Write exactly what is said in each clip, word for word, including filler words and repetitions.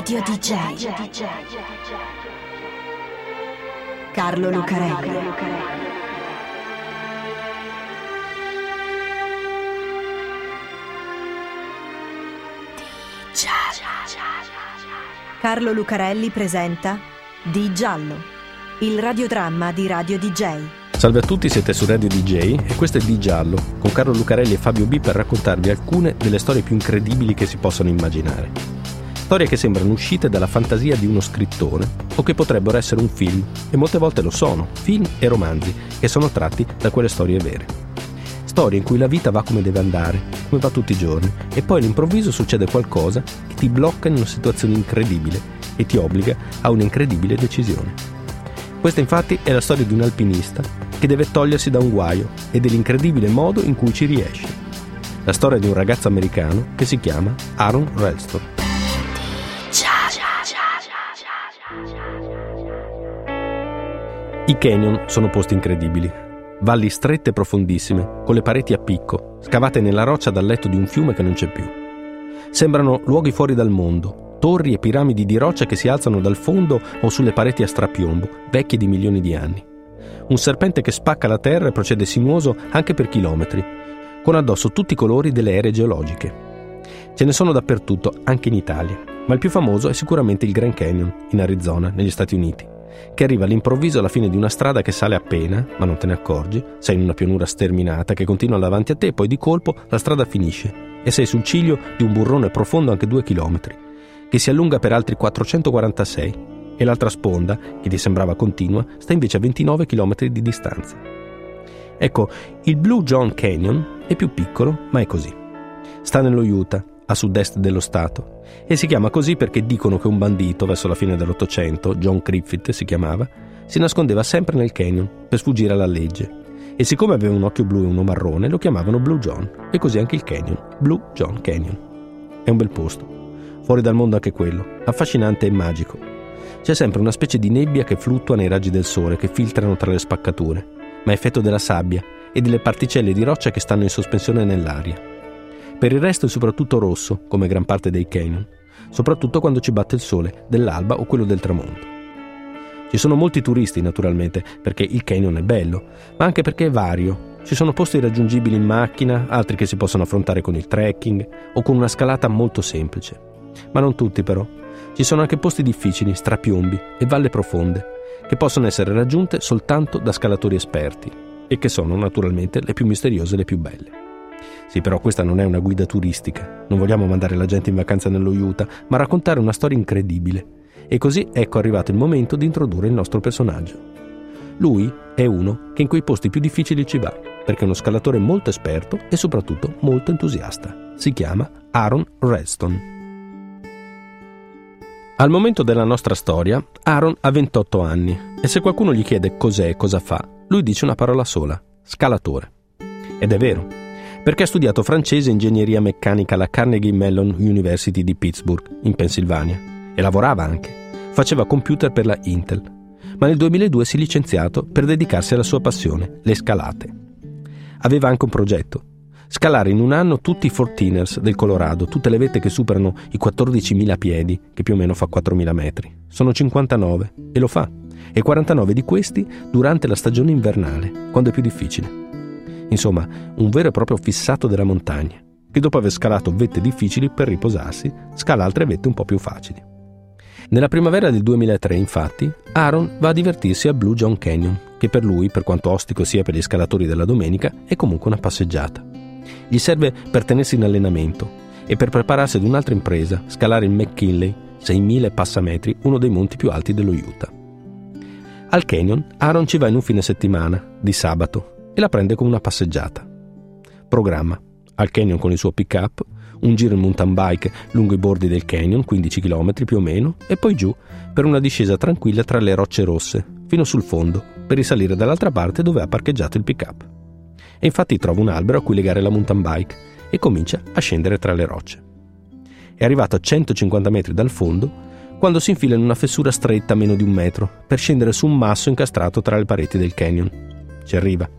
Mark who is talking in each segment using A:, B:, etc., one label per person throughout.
A: Radio D J Carlo Lucarelli. Carlo Lucarelli presenta Di Giallo, il radiodramma di Radio D J.
B: Salve a tutti, siete su Radio D J e questo è Di Giallo, con Carlo Lucarelli e Fabio B per raccontarvi alcune delle storie più incredibili che si possano immaginare. Storie che sembrano uscite dalla fantasia di uno scrittore o che potrebbero essere un film, e molte volte lo sono, film e romanzi che sono tratti da quelle storie vere. Storie in cui la vita va come deve andare, come va tutti i giorni, e poi all'improvviso succede qualcosa che ti blocca in una situazione incredibile e ti obbliga a un'incredibile decisione. Questa infatti è la storia di un alpinista che deve togliersi da un guaio e dell'incredibile modo in cui ci riesce. La storia di un ragazzo americano che si chiama Aron Ralston. I canyon sono posti incredibili. Valli strette e profondissime, con le pareti a picco, scavate nella roccia dal letto di un fiume che non c'è più. Sembrano luoghi fuori dal mondo, torri e piramidi di roccia che si alzano dal fondo o sulle pareti a strapiombo, vecchie di milioni di anni. Un serpente che spacca la terra e procede sinuoso anche per chilometri, con addosso tutti i colori delle ere geologiche. Ce ne sono dappertutto, anche in Italia, ma il più famoso è sicuramente il Grand Canyon, in Arizona, negli Stati Uniti, che arriva all'improvviso alla fine di una strada che sale appena, ma non te ne accorgi, sei in una pianura sterminata che continua davanti a te, poi di colpo la strada finisce e sei sul ciglio di un burrone profondo anche due chilometri, che si allunga per altri quattrocentoquarantasei, e l'altra sponda, che ti sembrava continua, sta invece a ventinove chilometri di distanza. Ecco, il Blue John Canyon è più piccolo, ma è così. Sta nello Utah, a sud-est dello stato, e si chiama così perché dicono che un bandito verso la fine dell'Ottocento, John Griffith si chiamava, si nascondeva sempre nel canyon per sfuggire alla legge, e siccome aveva un occhio blu e uno marrone lo chiamavano Blue John, e così anche il canyon, Blue John Canyon. È un bel posto, fuori dal mondo anche quello, affascinante e magico. C'è sempre una specie di nebbia che fluttua nei raggi del sole che filtrano tra le spaccature, ma è effetto della sabbia e delle particelle di roccia che stanno in sospensione nell'aria. Per il resto è soprattutto rosso, come gran parte dei canyon, soprattutto quando ci batte il sole dell'alba o quello del tramonto. Ci sono molti turisti, naturalmente, perché il canyon è bello, ma anche perché è vario. Ci sono posti raggiungibili in macchina, altri che si possono affrontare con il trekking o con una scalata molto semplice. Ma non tutti, però. Ci sono anche posti difficili, strapiombi e valle profonde, che possono essere raggiunte soltanto da scalatori esperti e che sono, naturalmente, le più misteriose e le più belle. Sì, però questa non è una guida turistica. Non vogliamo mandare la gente in vacanza nello Utah, ma raccontare una storia incredibile. E così ecco arrivato il momento di introdurre il nostro personaggio. Lui è uno che in quei posti più difficili ci va, perché è uno scalatore molto esperto e soprattutto molto entusiasta. Si chiama Aron Ralston. Al momento della nostra storia, Aron ha ventotto anni e se qualcuno gli chiede cos'è e cosa fa, lui dice una parola sola: scalatore. Ed è vero, perché ha studiato francese e ingegneria meccanica alla Carnegie Mellon University di Pittsburgh, in Pennsylvania, e lavorava anche. Faceva computer per la Intel, ma nel duemiladue si è licenziato per dedicarsi alla sua passione, le scalate. Aveva anche un progetto: scalare in un anno tutti i quattordicers del Colorado, tutte le vette che superano i quattordicimila piedi, che più o meno fa quattromila metri. Sono cinquantanove, e lo fa, e quarantanove di questi durante la stagione invernale, quando è più difficile. Insomma, un vero e proprio fissato della montagna, che dopo aver scalato vette difficili per riposarsi, scala altre vette un po' più facili. Nella primavera del duemilatré, infatti, Aron va a divertirsi al Blue John Canyon, che per lui, per quanto ostico sia per gli scalatori della domenica, è comunque una passeggiata. Gli serve per tenersi in allenamento e per prepararsi ad un'altra impresa, scalare il McKinley, seimila e passa metri, uno dei monti più alti dello Utah. Al canyon, Aron ci va in un fine settimana, di sabato, e la prende come una passeggiata. Programma: al canyon con il suo pick-up, un giro in mountain bike lungo i bordi del canyon, quindici chilometri più o meno, e poi giù per una discesa tranquilla tra le rocce rosse, fino sul fondo, per risalire dall'altra parte dove ha parcheggiato il pick-up. E infatti trova un albero a cui legare la mountain bike e comincia a scendere tra le rocce. È arrivato a centocinquanta metri dal fondo quando si infila in una fessura stretta a meno di un metro per scendere su un masso incastrato tra le pareti del canyon. Ci arriva.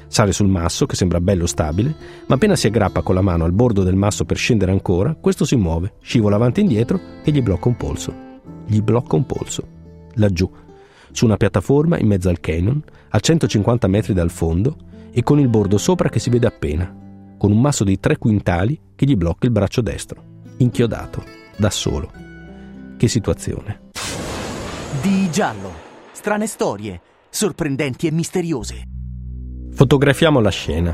B: Sale sul masso, che sembra bello stabile, ma appena si aggrappa con la mano al bordo del masso per scendere ancora, questo si muove, scivola avanti e indietro e gli blocca un polso. Gli blocca un polso. Laggiù, su una piattaforma in mezzo al canyon, a centocinquanta metri dal fondo e con il bordo sopra che si vede appena, con un masso di tre quintali che gli blocca il braccio destro, inchiodato, da solo. Che situazione.
C: Di Giallo. Strane storie, sorprendenti e misteriose.
B: Fotografiamo la scena.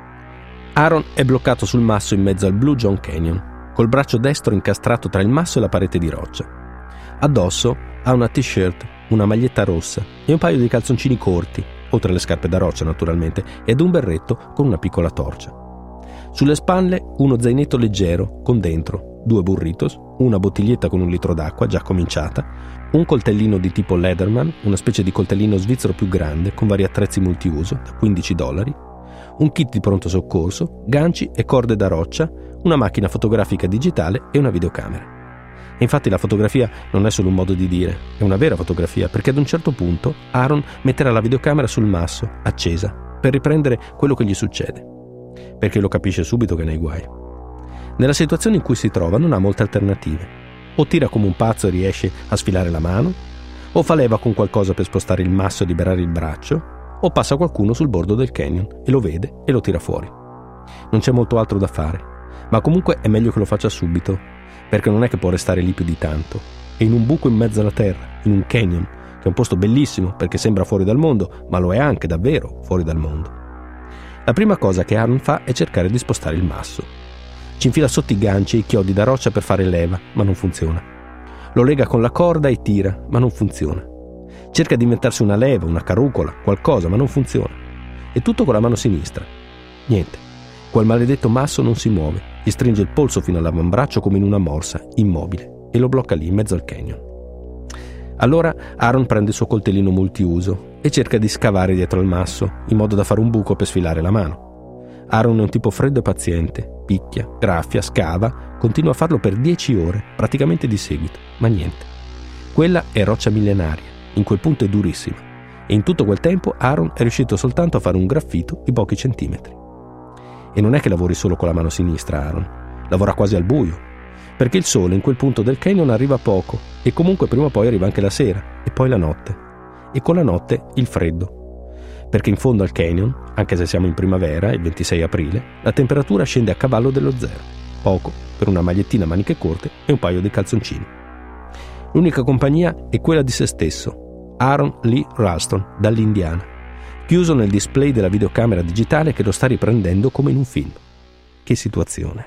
B: Aaron è bloccato sul masso in mezzo al Blue John Canyon, col braccio destro incastrato tra il masso e la parete di roccia. Addosso ha una t-shirt, una maglietta rossa e un paio di calzoncini corti, oltre alle scarpe da roccia naturalmente, ed un berretto con una piccola torcia. Sulle spalle uno zainetto leggero con dentro due burritos, una bottiglietta con un litro d'acqua già cominciata, un coltellino di tipo Leatherman, una specie di coltellino svizzero più grande con vari attrezzi multiuso da quindici dollari, un kit di pronto soccorso, ganci e corde da roccia, una macchina fotografica digitale e una videocamera. E infatti la fotografia non è solo un modo di dire, è una vera fotografia, perché ad un certo punto Aaron metterà la videocamera sul masso, accesa, per riprendere quello che gli succede, perché lo capisce subito che è nei guai. Nella situazione in cui si trova non ha molte alternative. O tira come un pazzo e riesce a sfilare la mano, o fa leva con qualcosa per spostare il masso e liberare il braccio, o passa qualcuno sul bordo del canyon e lo vede e lo tira fuori. Non c'è molto altro da fare, ma comunque è meglio che lo faccia subito, perché non è che può restare lì più di tanto. È in un buco in mezzo alla terra, in un canyon, che è un posto bellissimo perché sembra fuori dal mondo, ma lo è anche davvero fuori dal mondo. La prima cosa che Aaron fa è cercare di spostare il masso. Ci infila sotto i ganci e i chiodi da roccia per fare leva, ma non funziona. Lo lega con la corda e tira, ma non funziona. Cerca di inventarsi una leva, una carrucola, qualcosa, ma non funziona. E tutto con la mano sinistra. Niente. Quel maledetto masso non si muove, gli stringe il polso fino all'avambraccio come in una morsa, immobile, e lo blocca lì in mezzo al canyon. Allora Aaron prende il suo coltellino multiuso e cerca di scavare dietro al masso, in modo da fare un buco per sfilare la mano. Aaron è un tipo freddo e paziente, picchia, graffia, scava, continua a farlo per dieci ore, praticamente di seguito, ma niente. Quella è roccia millenaria, in quel punto è durissima, e in tutto quel tempo Aaron è riuscito soltanto a fare un graffito di pochi centimetri. E non è che lavori solo con la mano sinistra, Aaron, lavora quasi al buio, perché il sole in quel punto del canyon arriva poco, e comunque prima o poi arriva anche la sera, e poi la notte, e con la notte il freddo. Perché in fondo al canyon, anche se siamo in primavera, il ventisei aprile, la temperatura scende a cavallo dello zero, poco per una magliettina a maniche corte e un paio di calzoncini. L'unica compagnia è quella di se stesso, Aaron Lee Ralston, dall'Indiana, chiuso nel display della videocamera digitale che lo sta riprendendo come in un film. Che situazione.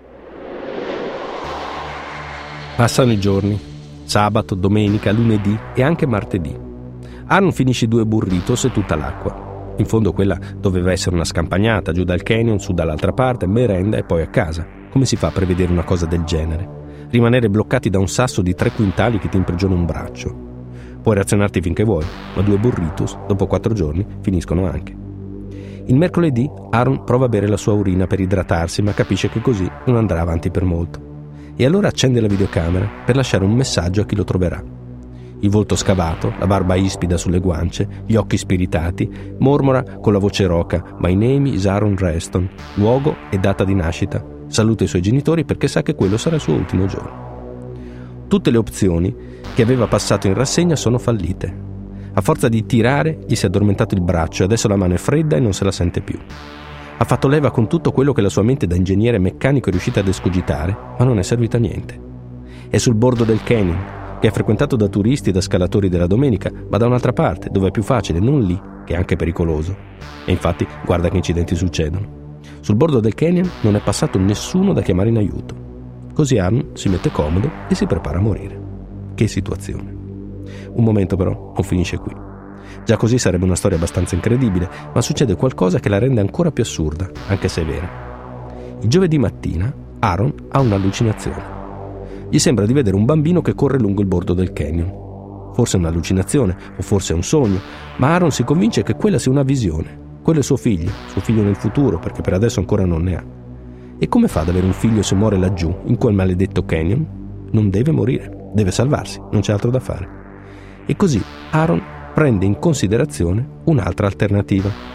B: Passano i giorni, sabato, domenica, lunedì e anche martedì. Aaron finisce i due burritos e tutta l'acqua. In fondo quella doveva essere una scampagnata, giù dal canyon, su dall'altra parte, merenda e poi a casa. Come si fa a prevedere una cosa del genere? Rimanere bloccati da un sasso di tre quintali che ti imprigiona un braccio. Puoi razionarti finché vuoi, ma due burritos, dopo quattro giorni, finiscono anche. Il mercoledì Aaron prova a bere la sua urina per idratarsi, ma capisce che così non andrà avanti per molto. E allora accende la videocamera per lasciare un messaggio a chi lo troverà. Il volto scavato, la barba ispida sulle guance, gli occhi spiritati, mormora con la voce roca: My name is Aaron Ralston, luogo e data di nascita. Saluta i suoi genitori perché sa che quello sarà il suo ultimo giorno. Tutte le opzioni che aveva passato in rassegna sono fallite. A forza di tirare gli si è addormentato il braccio e adesso la mano è fredda e non se la sente più. Ha fatto leva con tutto quello che la sua mente da ingegnere meccanico è riuscita ad escogitare, ma non è servito a niente. È sul bordo del canyon, che è frequentato da turisti e da scalatori della domenica, ma da un'altra parte, dove è più facile, non lì, che è anche pericoloso. E infatti, guarda che incidenti succedono. Sul bordo del canyon non è passato nessuno da chiamare in aiuto. Così Aaron si mette comodo e si prepara a morire. Che situazione. Un momento però, non finisce qui. Già così sarebbe una storia abbastanza incredibile, ma succede qualcosa che la rende ancora più assurda, anche se è vera. Il giovedì mattina, Aaron ha un'allucinazione. Gli sembra di vedere un bambino che corre lungo il bordo del canyon. Forse è un'allucinazione, o forse è un sogno, ma Aaron si convince che quella sia una visione. Quello è suo figlio, suo figlio nel futuro, perché per adesso ancora non ne ha. E come fa ad avere un figlio se muore laggiù, in quel maledetto canyon? Non deve morire, deve salvarsi, non c'è altro da fare. E così Aaron prende in considerazione un'altra alternativa.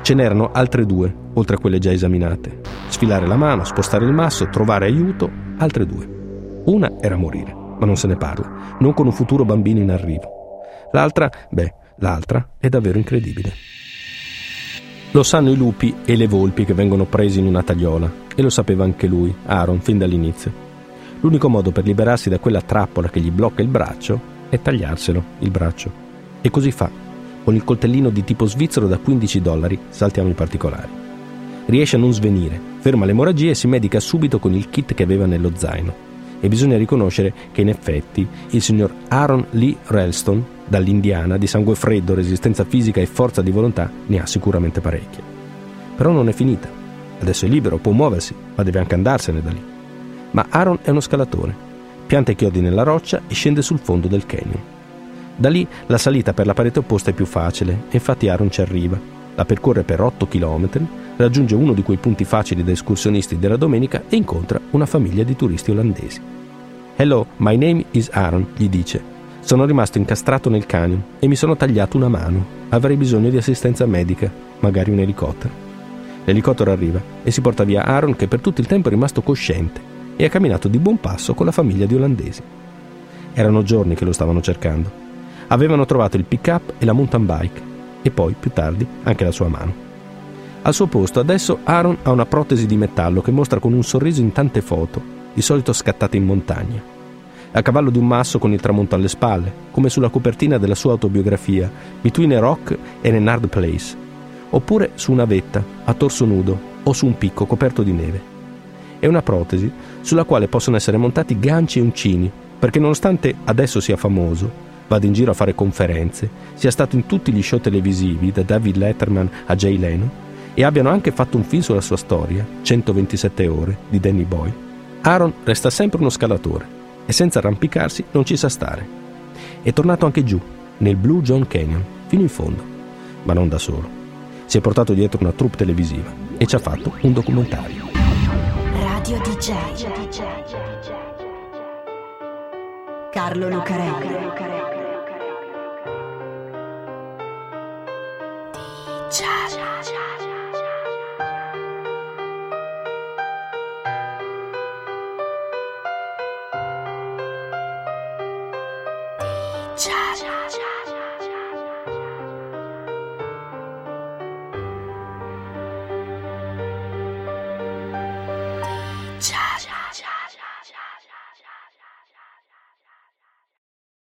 B: Ce n'erano altre due, oltre a quelle già esaminate. Sfilare la mano, spostare il masso, trovare aiuto, altre due. Una era morire, ma non se ne parla, non con un futuro bambino in arrivo. L'altra, beh, l'altra è davvero incredibile. Lo sanno i lupi e le volpi che vengono presi in una tagliola, e lo sapeva anche lui, Aaron, fin dall'inizio. L'unico modo per liberarsi da quella trappola che gli blocca il braccio è tagliarselo, il braccio. E così fa. Con il coltellino di tipo svizzero da quindici dollari, saltiamo i particolari. Riesce a non svenire, ferma l'emorragia e si medica subito con il kit che aveva nello zaino. E bisogna riconoscere che in effetti il signor Aaron Lee Ralston, dall'Indiana, di sangue freddo, resistenza fisica e forza di volontà, ne ha sicuramente parecchie. Però non è finita. Adesso è libero, può muoversi, ma deve anche andarsene da lì. Ma Aaron è uno scalatore. Pianta i chiodi nella roccia e scende sul fondo del canyon. Da lì la salita per la parete opposta è più facile e infatti Aaron ci arriva. La percorre per otto chilometri, raggiunge uno di quei punti facili da escursionisti della domenica e incontra una famiglia di turisti olandesi. «Hello, my name is Aaron», gli dice. «Sono rimasto incastrato nel canyon e mi sono tagliato una mano. Avrei bisogno di assistenza medica, magari un elicottero». L'elicottero arriva e si porta via Aaron, che per tutto il tempo è rimasto cosciente e ha camminato di buon passo con la famiglia di olandesi. Erano giorni che lo stavano cercando. Avevano trovato il pick-up e la mountain bike e poi, più tardi, anche la sua mano. Al suo posto adesso Aaron ha una protesi di metallo che mostra con un sorriso in tante foto, di solito scattate in montagna. A cavallo di un masso con il tramonto alle spalle, come sulla copertina della sua autobiografia Between a Rock and an Hard Place, oppure su una vetta, a torso nudo, o su un picco coperto di neve. È una protesi sulla quale possono essere montati ganci e uncini, perché nonostante adesso sia famoso, vada in giro a fare conferenze, sia stato in tutti gli show televisivi, da David Letterman a Jay Leno, e abbiano anche fatto un film sulla sua storia, centoventisette ore, di Danny Boyle, Aaron resta sempre uno scalatore e senza arrampicarsi non ci sa stare. È tornato anche giù, nel Blue John Canyon, fino in fondo, ma non da solo. Si è portato dietro una troupe televisiva e ci ha fatto un documentario.
A: Radio D J Carlo Lucarelli. D J Cha cha cha.